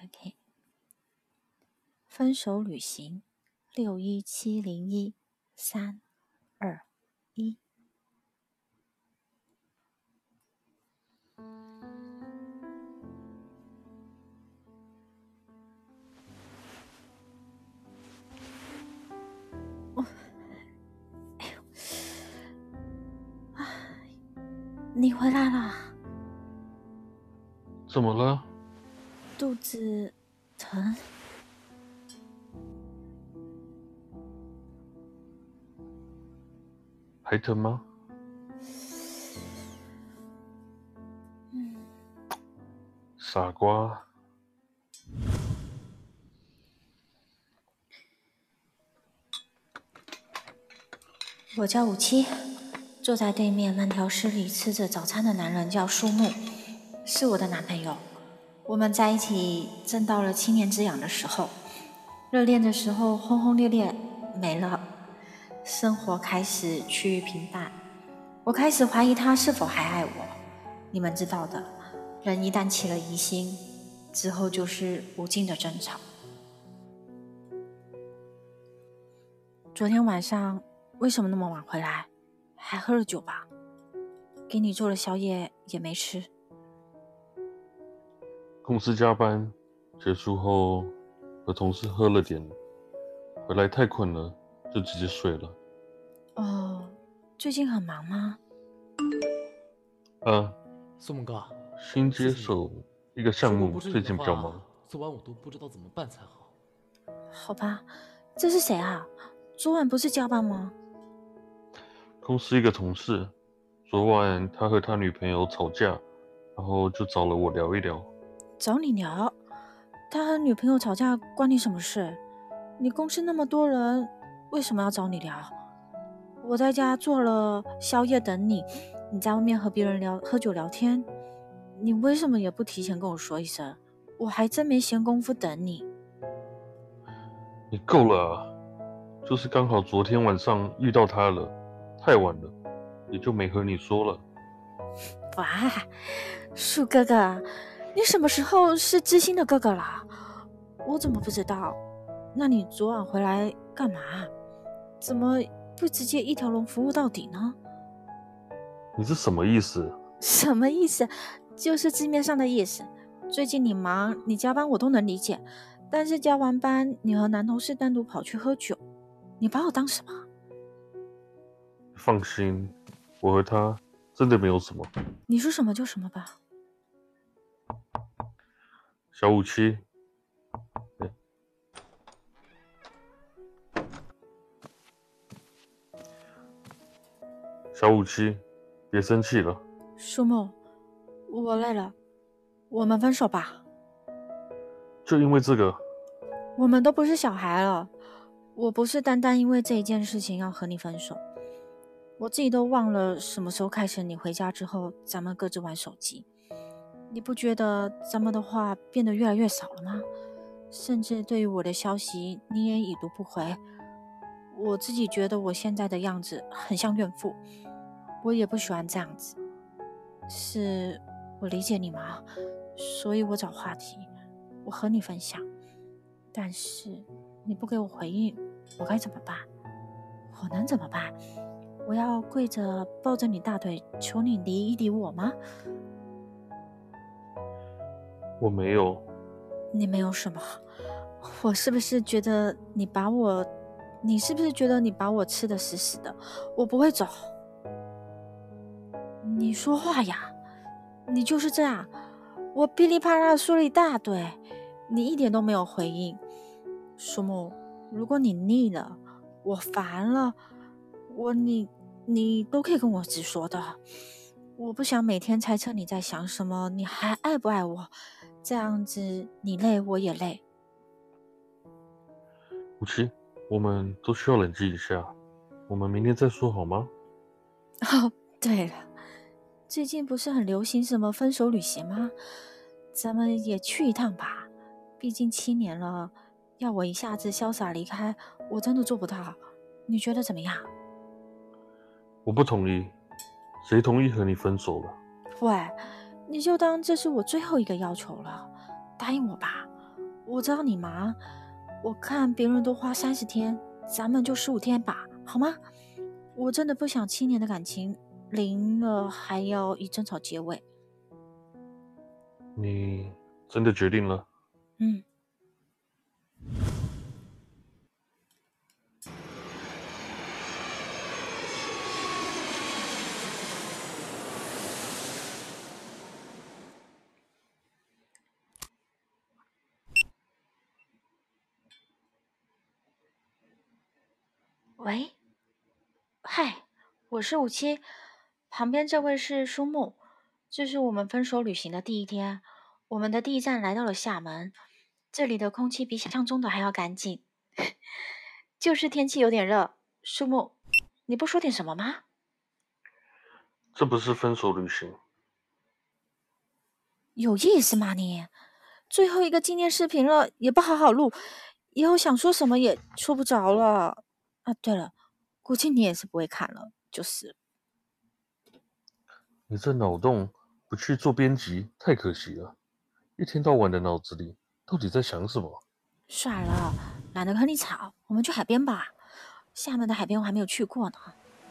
OK， 分手旅行61701-321。你回来了？ 怎么了？ 肚子疼？ 还疼吗？傻瓜。 我叫57，坐在对面慢条斯理吃着早餐的男人叫树木，是我的男朋友。我们在一起正到了7年之痒的时候，热恋的时候轰轰烈烈没了，生活开始趋于平淡。我开始怀疑他是否还爱我。你们知道的，人一旦起了疑心，之后就是无尽的争吵。昨天晚上为什么那么晚回来？还喝了酒吧？给你做了宵夜也没吃。 公司加班结束后，和同事喝了点，回来太困了，就直接睡了。 哦，最近很忙吗？ 苏梦哥， 新接手一个项目，最近比较忙。 昨晚我都不知道怎么办才好。 好吧，这是谁啊？昨晚不是加班吗？ 公司一个同事，昨晚他和他女朋友吵架，然后就找了我聊一聊。 找你聊？他和女朋友吵架关你什么事？你公司那么多人，为什么要找你聊？我在家做了宵夜等你，你在外面和别人喝酒聊天，你为什么也不提前跟我说一声？我还真没闲工夫等你。 你够了啊！就是刚好昨天晚上遇到他了，太晚了，也就没和你说了。 哇，树哥哥，你什么时候是知心的哥哥啦？我怎么不知道？那你昨晚回来干嘛？怎么不直接一条龙服务到底呢？ 你是什么意思？ 什么意思？就是字面上的意思。最近你忙，你加班我都能理解，但是加完班你和男同事单独跑去喝酒，你把我当什么？ 放心，我和他真的没有什么。 你说什么就什么吧。 小57，小57，别生气了。 树木，我累了，我们分手吧。 就因为这个？ 我们都不是小孩了，我不是单单因为这一件事情要和你分手，我自己都忘了什么时候开始你回家之后咱们各自玩手机。你不觉得咱们的话变得越来越少了吗？甚至对于我的消息你也已读不回。我自己觉得我现在的样子很像怨妇，我也不喜欢这样子。是我理解你吗？所以我找话题，我和你分享，但是你不给我回应，我该怎么办？我能怎么办？我要跪着抱着你大腿求你理一理我吗？ 我没有。 你没有什么？我是不是觉得你把我吃得死死的？我不会走。你说话呀，你就是这样。我噼里啪啦说了一大堆，你一点都没有回应。树木，如果你腻了，我烦了，你都可以跟我直说的。我不想每天猜测你在想什么，你还爱不爱我？这样子你累我也累。 57，我们都需要冷静一下，我们明天再说好吗？ 哦，对了，最近不是很流行什么分手旅行吗？咱们也去一趟吧，毕竟7年了，要我一下子潇洒离开，我真的做不到。你觉得怎么样？ 我不同意，谁同意和你分手了？ 喂，你就当这是我最后一个要求了，答应我吧， 我知道你忙，我看别人都花30天，咱们就15天吧，好吗？我真的不想7年的感情零了还要以争吵结尾。 你真的决定了？ 嗯。喂，嗨，我是57，旁边这位是舒木。这是我们分手旅行的第1天，我们的第一站来到了厦门。这里的空气比想象中的还要干净，就是天气有点热。舒木，你不说点什么吗？ 这不是分手旅行。 有意思吗你？最后一个纪念视频了，也不好好录，以后想说什么也说不着了。啊，对了，估计你也是不会看了，就是。 你这脑洞不去做编辑，太可惜了。一天到晚的脑子里到底在想什么？ 算了，懒得和你吵，我们去海边吧。厦门的海边我还没有去过呢。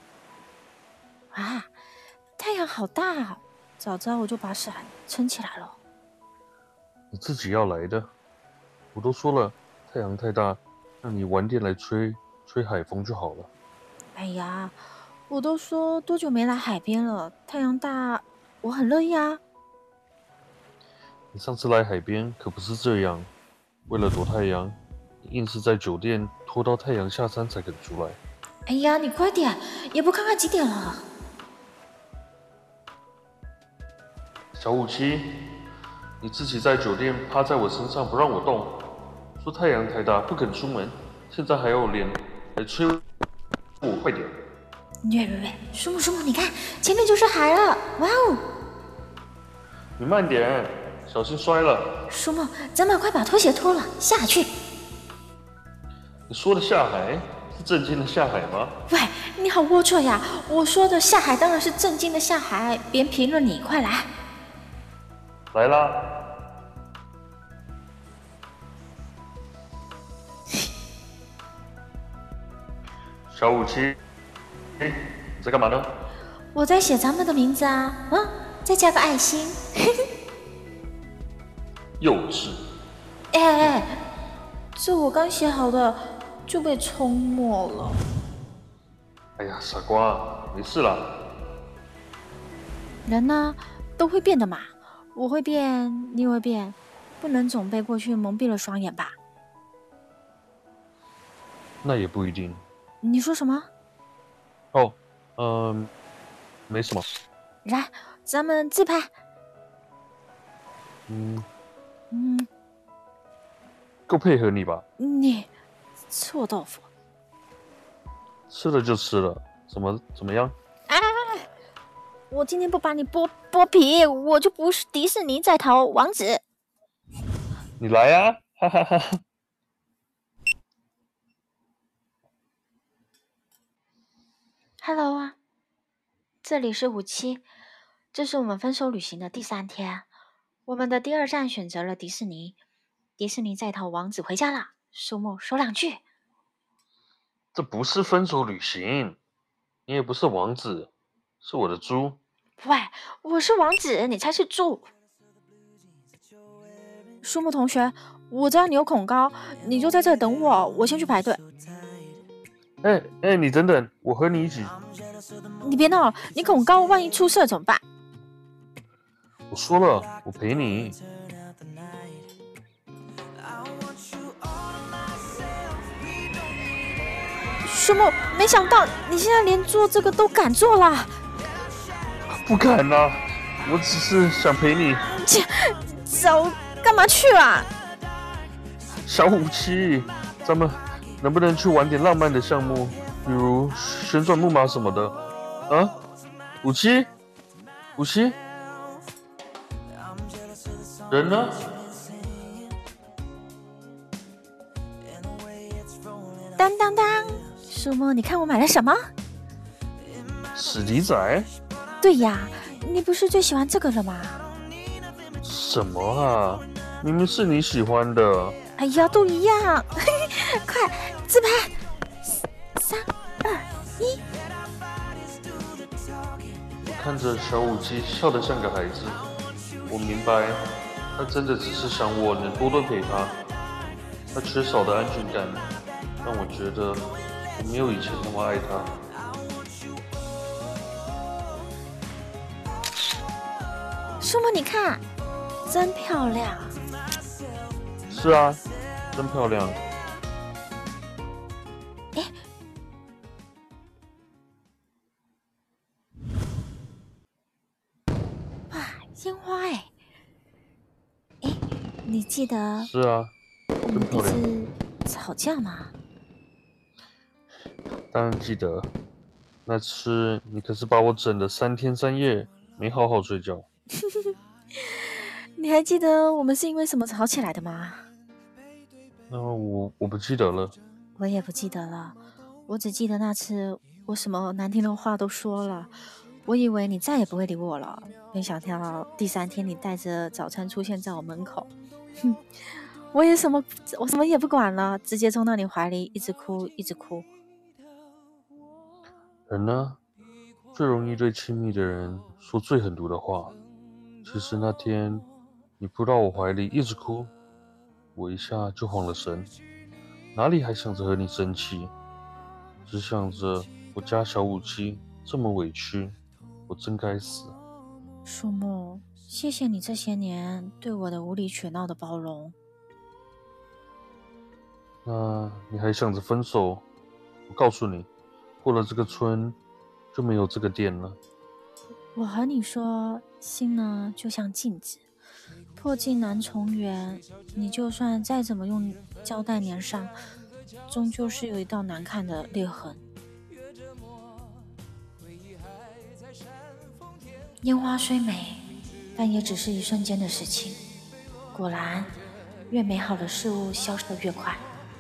啊，太阳好大啊！早知道我就把伞撑起来了。 你自己要来的。我都说了，太阳太大，让你晚点来吹海风就好了。 哎呀，我都说多久没来海边了，太阳大，我很乐意啊。 你上次来海边可不是这样，为了躲太阳，你硬是在酒店拖到太阳下山才肯出来。 哎呀，你快点，也不看看几点了。 小57，你自己在酒店趴在我身上不让我动，说太阳太大不肯出门，现在还有脸来催我快点。 喂，舒木，你看前面就是海了，哇哦！ 你慢点，小心摔了。 舒木，咱们快把拖鞋脱了，下去。 你说的下海是正经的下海吗？ 喂，你好龌龊呀！我说的下海当然是正经的下海，别评论你，快来。 来啦！小57，你在干嘛呢？ 我在写咱们的名字啊，再加个爱心。 幼稚！ 哎，这我刚写好的就被冲没了。 哎呀，傻瓜，没事啦。 人呢，都会变的嘛。我会变，你会变，不能总被过去蒙蔽了双眼吧？ 那也不一定。 你说什么？ 哦，没什么。 来，咱们自拍。 够配合你吧？ 你臭豆腐。 吃了就吃了，怎么样？ 啊！我今天不把你剥皮，我就不是迪士尼在逃王子。 你来呀，哈哈哈。 Hello 啊，这里是57，这是我们分手旅行的第3天，我们的第2站选择了迪士尼。迪士尼在逃王子回家啦，舒木说2句。 这不是分手旅行，你也不是王子，是我的猪。 喂，我是王子，你才是猪。舒木同学，我知道你有恐高，你就在这等我，我先去排队。 哎，你等等，我和你一起。 你别闹了，你恐高，万一出事怎么办？ 我说了，我陪你。 舒木，没想到你现在连做这个都敢做啦！ 不敢啦，我只是想陪你。 走，干嘛去啊？ 小57，咱们能不能去玩点浪漫的项目，比如旋转木马什么的？啊，57，人呢？ 当当当，舒木，你看我买了什么？ 史迪仔？ 对呀，你不是最喜欢这个了吗？ 什么啊？明明是你喜欢的。 哎呀，都一样，快自拍，3、2、1。 我看着小舞姬笑得像个孩子，我明白，她真的只是想我能多多陪她。她缺少的安全感，让我觉得我没有以前那么爱她。 树木，你看，真漂亮。 是啊，真漂亮。 哎，哇，烟花哎！哎，你记得是啊， 我们第真漂亮。 一次吵架吗？ 当然记得，那次你可是把我整了3天3夜，没好好睡觉。 你还记得我们是因为什么吵起来的吗？ 那我不记得了。 我也不记得了，我只记得那次我什么难听的话都说了，我以为你再也不会理我了，没想到第3天你带着早餐出现在我门口，哼，我什么也不管了，直接冲到你怀里，一直哭一直哭。 人呢，最容易对亲密的人说最狠毒的话。其实那天你扑到我怀里一直哭，我一下就慌了神，哪里还想着和你生气，只想着我家小舞姬这么委屈，我真该死。 树木，谢谢你这些年对我的无理取闹的包容。 那你还想着分手？我告诉你，过了这个村就没有这个店了。 我和你说，心呢就像镜子，破镜难重圆。你就算再怎么用胶带粘上，终究是有一道难看的裂痕。烟花虽美，但也只是一瞬间的事情。果然，越美好的事物消失得越快。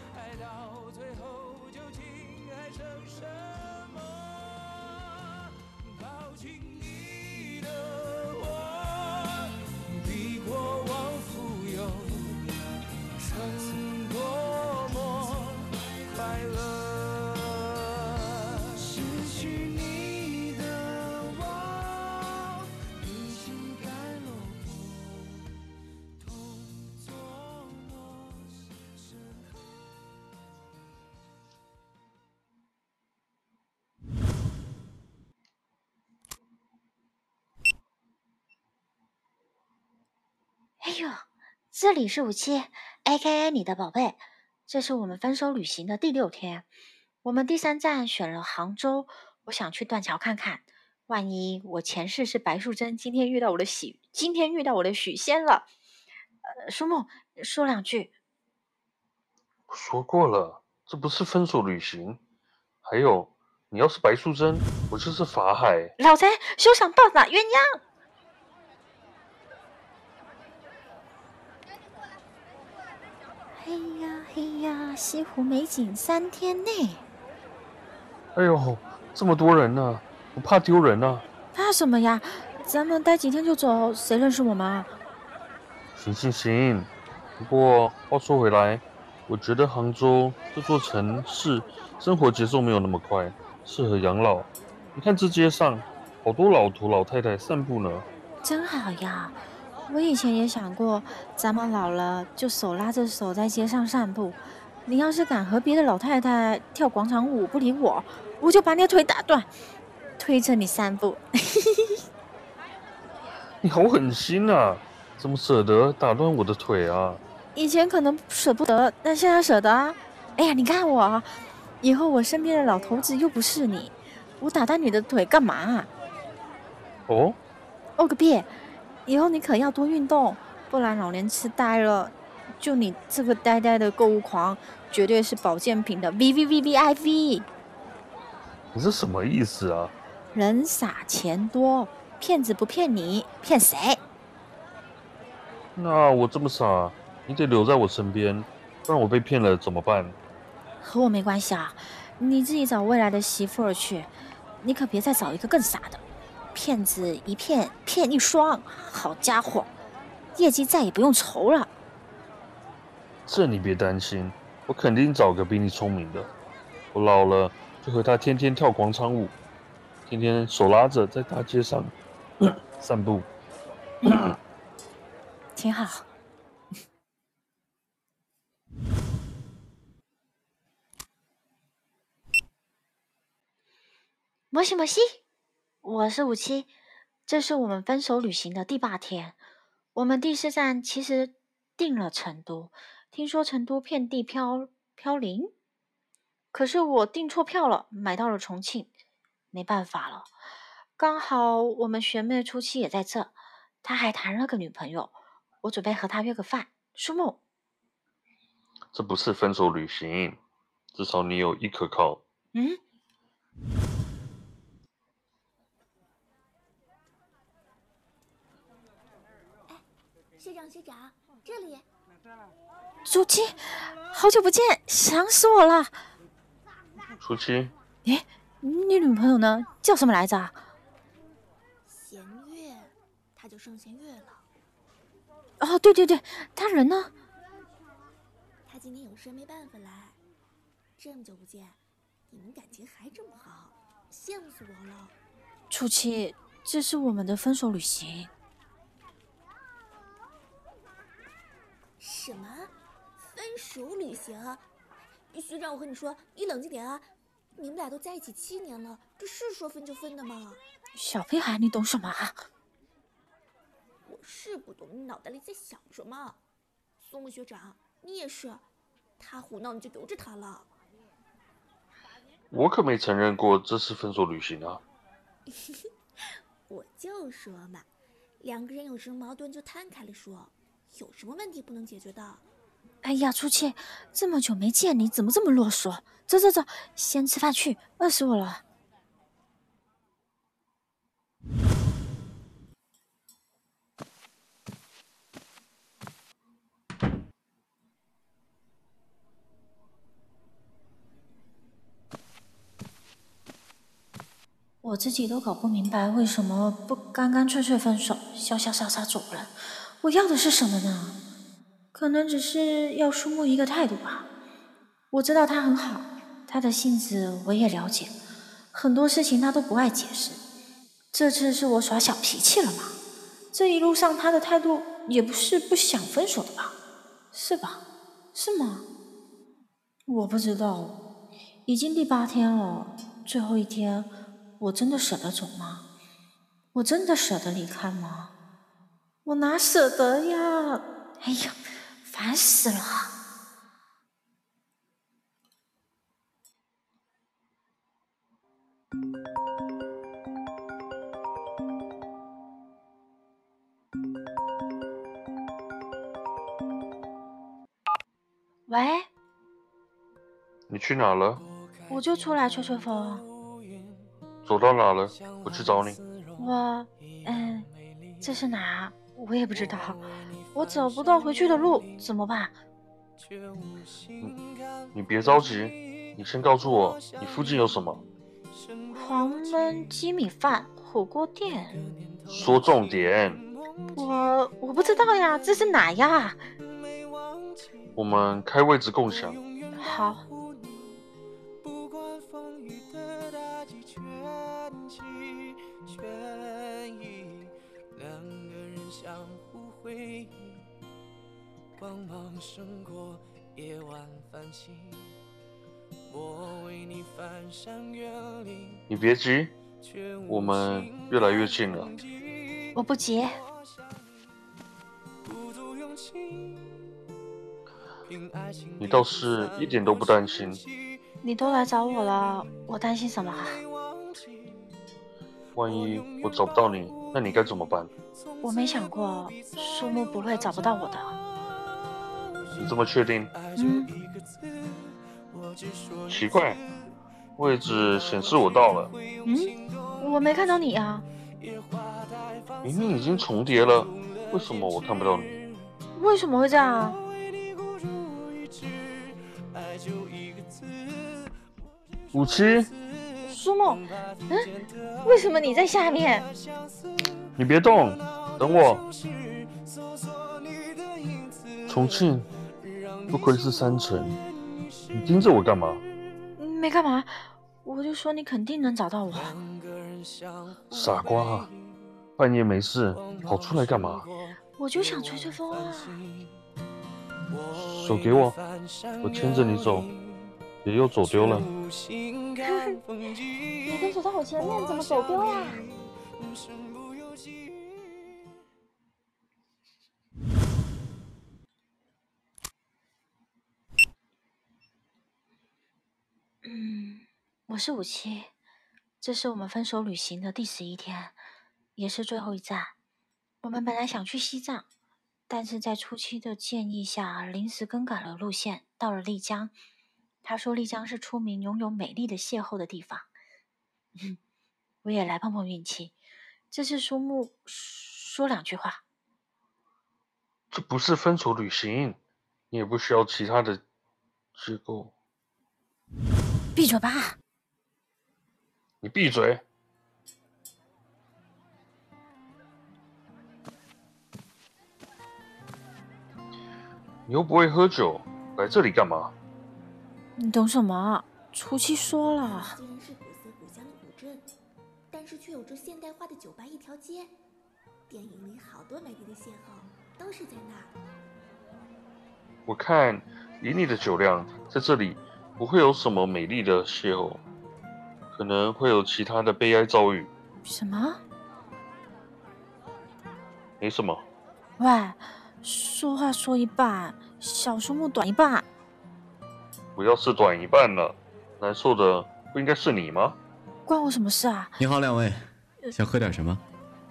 哎呦，这里是57 ，AKA 你的宝贝。这是我们分手旅行的第6天，我们第3站选了杭州。我想去断桥看看，万一我前世是白素贞，今天遇到我的许仙了。书梦，说2句。 我说过了，这不是分手旅行。还有，你要是白素贞，我就是法海。 老贼，休想棒打鸳鸯！嘿呀嘿呀，西湖美景3天内。 哎呦，这么多人呢，我怕丢人啊。 怕什么呀？咱们待几天就走，谁认识我们啊？ 行。不过话说回来，我觉得杭州这座城市生活节奏没有那么快，适合养老。你看这街上好多老头老太太散步呢。 真好呀！我以前也想过，咱们老了就手拉着手在街上散步。你要是敢和别的老太太跳广场舞不理我，我就把你的腿打断，推着你散步。 你好狠心啊！怎么舍得打断我的腿啊？ 以前可能舍不得，但现在舍得啊！哎呀，你看我，以后我身边的老头子又不是你，我打断你的腿干嘛啊？ 哦个屁！以后你可要多运动，不然老年痴呆了。就你这个呆呆的购物狂，绝对是保健品的 VVVVIV。 你这什么意思啊？ 人傻钱多，骗子不骗你，骗谁？ 那我这么傻，你得留在我身边，不然我被骗了怎么办？ 和我没关系啊，你自己找未来的媳妇儿去，你可别再找一个更傻的。骗子一骗骗一双，好家伙，业绩再也不用愁了。 这你别担心，我肯定找个比你聪明的。我老了就和他天天跳广场舞，天天手拉着在大街上散步。 挺好。摩西摩西，我是57，这是我们分手旅行的第8天。我们第4站其实定了成都，听说成都遍地飘零，可是我订错票了，买到了重庆，没办法了。刚好我们学妹初期也在这，她还谈了个女朋友，我准备和她约个饭。舒木， 这不是分手旅行，至少你有一可靠。 学长，这里。 初七，好久不见，想死我了。 初七， 你女朋友呢？叫什么来着？ 弦月，她就盛弦月了。 哦，对，她人呢？ 她今天有事没办法来。这么久不见，你们感情还这么好，羡慕死我了。 初七，这是我们的分手旅行。 什么？分手旅行？学长，我和你说，你冷静点啊！你们俩都在一起7年了，这是说分就分的吗？ 小屁孩，你懂什么啊？ 我是不懂你脑袋里在想什么。松木学长，你也是，他胡闹你就由着他了。 我可没承认过这是分手旅行啊。 我就说嘛，两个人有什么矛盾就摊开了说，有什么问题不能解决的？ 哎呀，初七，这么久没见你，怎么这么啰嗦？走，先吃饭去，饿死我了。我自己都搞不明白，为什么不干脆分手，潇潇洒洒走人？我要的是什么呢？可能只是要舒木一个态度吧。我知道他很好，他的性子我也了解，很多事情他都不爱解释。这次是我耍小脾气了吗？这一路上他的态度也不是不想分手的吧？是吧？是吗？我不知道，已经第8天了，最后一天，我真的舍得走吗？我真的舍得离开吗？我哪舍得呀！哎呀，烦死了！喂， 你去哪了？ 我就出来吹吹风。 走到哪了？我去找你。 这是哪？我也不知道，我找不到回去的路，怎么办？ 你别着急，你先告诉我，你附近有什么？ 黄焖鸡米饭火锅店。 说重点。 我不知道呀，这是哪呀？ 我们开位置共享。 好。 相互回忆，光芒胜过夜晚繁星。我为你翻山越岭。 你别急，我们越来越近了。 我不急。 你倒是一点都不担心。 你都来找我了，我担心什么啊？ 万一我找不到你，那你该怎么办？ 我没想过，树木不会找不到我的。 你这么确定？奇怪，位置显示我到了。 我没看到你啊。 明明已经重叠了，为什么我看不到你？ 为什么会这样啊？ 57， 苏梦，为什么你在下面？ 你别动，等我。重庆， 不愧是3层，你盯着我干嘛？ 没干嘛，我就说你肯定能找到我。 傻瓜啊，半夜没事跑出来干嘛？ 我就想吹吹风啊。 手给我，我牵着你走，别又走丢了。 你都走到我前面，怎么走丢啦？我是57，这是我们分手旅行的第11天，也是最后一站。我们本来想去西藏，但是在初期的建议下，临时更改了路线，到了丽江。他说丽江是出名拥有美丽的邂逅的地方。我也来碰碰运气，这次苏木说2句话。 这不是分手旅行，你也不需要其他的结构。 闭嘴吧！ 你闭嘴！你又不会喝酒，来这里干嘛？ 你懂什么？初七说了。 虽然是古色古香的古镇，但是却有着现代化的酒吧一条街。电影里好多美丽的邂逅都是在那儿。 我看以你的酒量，在这里不会有什么美丽的邂逅，可能会有其他的悲哀遭遇。 什么？ 没什么。 喂，说话说一半，小数目短一半。 我要是短一半了，难受的不应该是你吗？ 关我什么事啊？ 你好，两位，想喝点什么？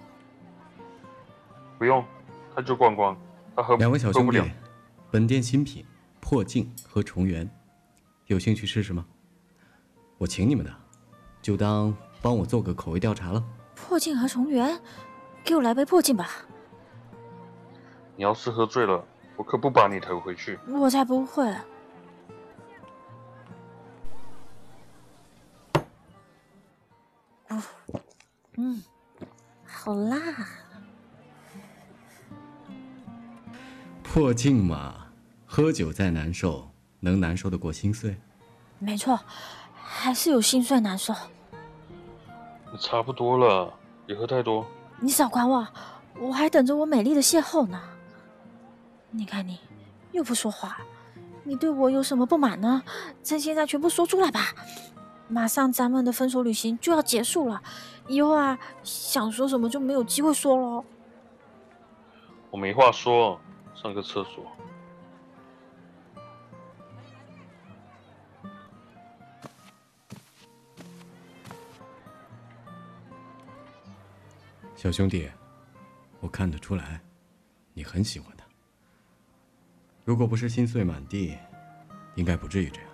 不用，他就逛逛，他喝两位小兄弟喝不了。， 本店新品破镜和重圆，有兴趣试试吗？我请你们的，就当帮我做个口味调查了。 破镜和重圆，给我来杯破镜吧。 你要是喝醉了，我可不把你抬回去。 我才不会。好辣。 破镜嘛，喝酒再难受，能难受得过心碎？ 没错，还是有心碎难受。 你差不多了，别喝太多。 你少管我，我还等着我美丽的邂逅呢。你看你，又不说话，你对我有什么不满呢？趁现在全部说出来吧。马上咱们的分手旅行就要结束了，以后啊，想说什么就没有机会说了。 我没话说，上个厕所。 小兄弟，我看得出来，你很喜欢他。如果不是心碎满地，应该不至于这样。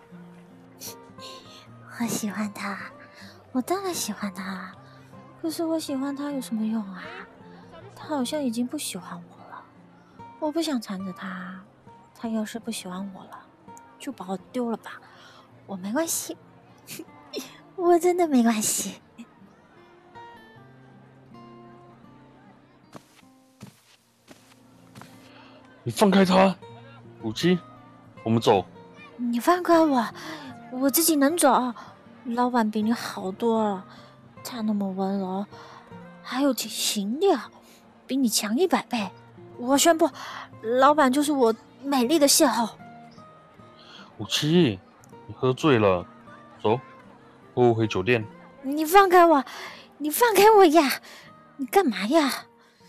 我喜欢他，我当然喜欢他。可是我喜欢他有什么用啊？他好像已经不喜欢我了。我不想缠着他，他要是不喜欢我了，就把我丢了吧。我没关系，我真的没关系。 你放开他，57，我们走。 你放开我，我自己能走。老板比你好多了，他那么温柔，还有情调，比你强100倍。我宣布，老板就是我美丽的邂逅。 57，你喝醉了，走，和我回酒店。 你放开我，你放开我呀！你干嘛呀？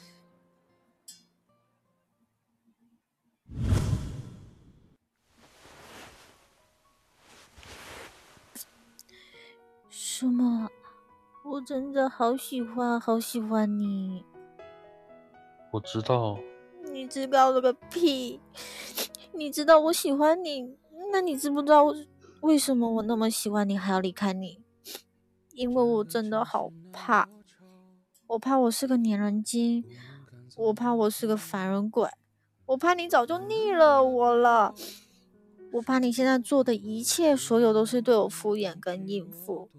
什么？我真的好喜欢，好喜欢你。 我知道， 你知道了个屁！你知道我喜欢你，那你知不知道为什么我那么喜欢你还要离开你？因为我真的好怕，我怕我是个粘人精，我怕我是个烦人鬼，我怕你早就腻了我了，我怕你现在做的一切所有都是对我敷衍跟应付。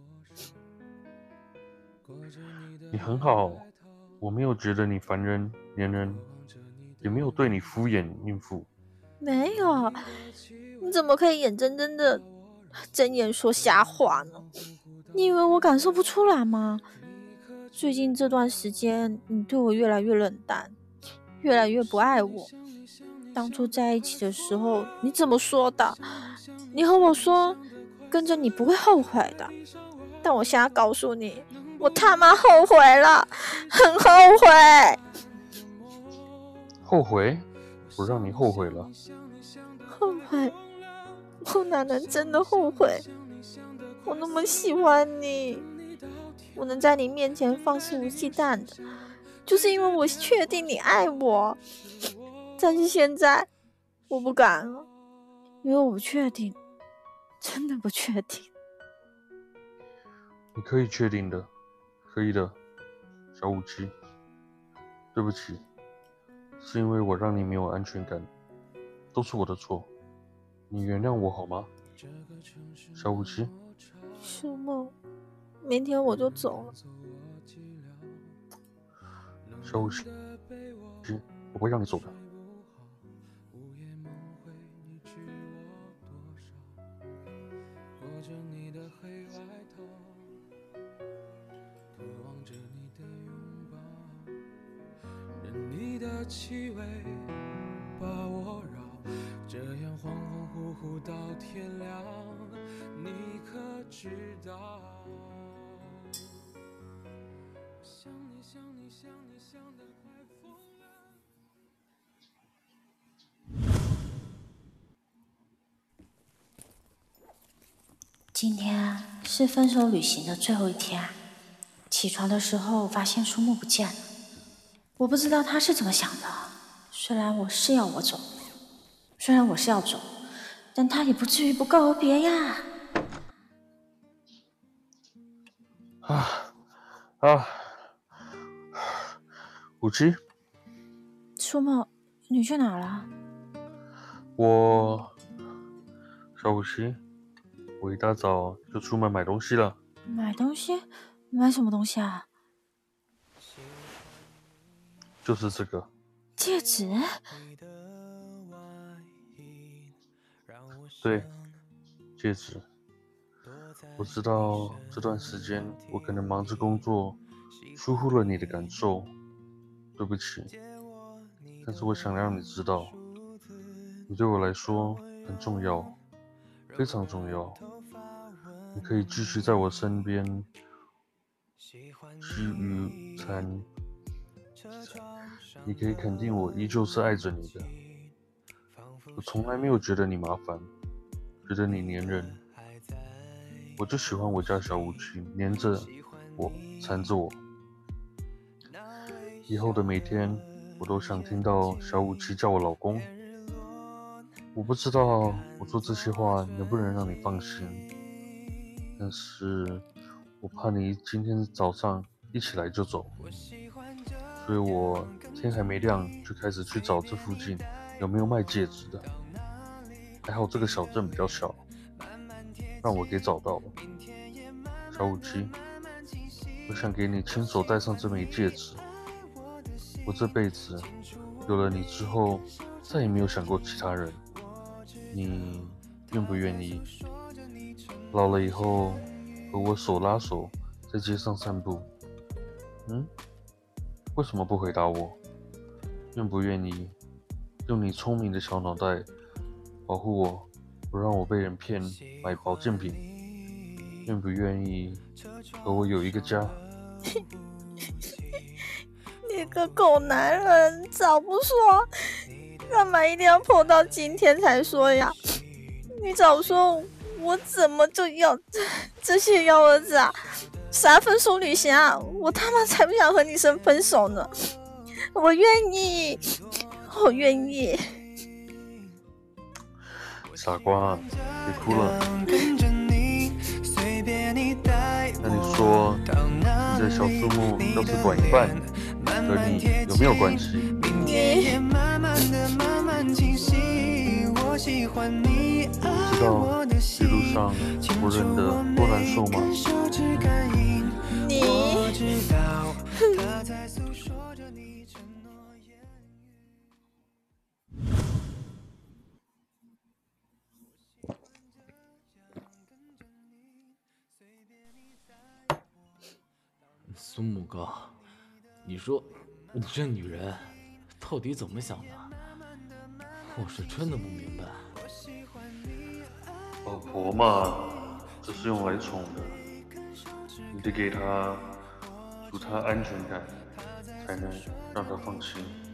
你很好，我没有觉得你烦人、粘人，也没有对你敷衍应付。 没有，你怎么可以眼睁睁的睁眼说瞎话呢？你以为我感受不出来吗？最近这段时间，你对我越来越冷淡，越来越不爱我。当初在一起的时候，你怎么说的？你和我说，跟着你不会后悔的。但我现在告诉你，我他妈后悔了，很后悔。 后悔？我让你后悔了。 后悔？我哪能真的后悔？我那么喜欢你，我能在你面前放肆无忌惮的，就是因为我确定你爱我。但是现在我不敢了，因为我不确定，真的不确定。 你可以确定的，可以的，小武器。对不起，是因为我让你没有安全感，都是我的错，你原谅我好吗？小武器。 是吗？明天我就走了。 小武器，我不会让你走的。 气味把我绕，这样恍恍惚惚到天亮，你可知道？想你想你想你想得快疯了。 今天是分手旅行的最后一天，起床的时候发现苏木不见了。我不知道他是怎么想的，虽然我是要走，但他也不至于不告而别呀。 武器。 苏木，你去哪了？ 小武器，我一大早就出门买东西了。 买东西？买什么东西啊？ 就是这个戒指。 对，戒指。我知道这段时间我可能忙着工作，疏忽了你的感受，对不起。但是我想让你知道，你对我来说很重要，非常重要。你可以继续在我身边，须臾餐。你可以肯定我依旧是爱着你的，我从来没有觉得你麻烦，觉得你黏人。我就喜欢我家小武器黏着我，缠着我。以后的每天，我都想听到小武器叫我老公。我不知道我说这些话能不能让你放心，但是我怕你今天早上一起来就走，所以我天还没亮就开始去找这附近有没有卖戒指的。还好这个小镇比较小，让我给找到了。小武器，我想给你亲手戴上这枚戒指。我这辈子有了你之后，再也没有想过其他人。你愿不愿意老了以后和我手拉手在街上散步？为什么不回答我？愿不愿意用你聪明的小脑袋保护我，不让我被人骗买保健品？愿不愿意和我有一个家？ 你个狗男人，早不说，干嘛一定要碰到今天才说呀？你早说，我怎么就要这些幺蛾子啊？啥分手旅行啊？我他妈才不想和你生分手呢！我愿意，我愿意。 傻瓜，别哭了。那你说，你的小数目要是短一半，和你有没有关系？你知道一路上我忍得多难受吗？ 苏木哥，你说你这女人到底怎么想的？我是真的不明白。 老婆嘛，这是用来宠的，你得给她足她安全感，才能让她放心。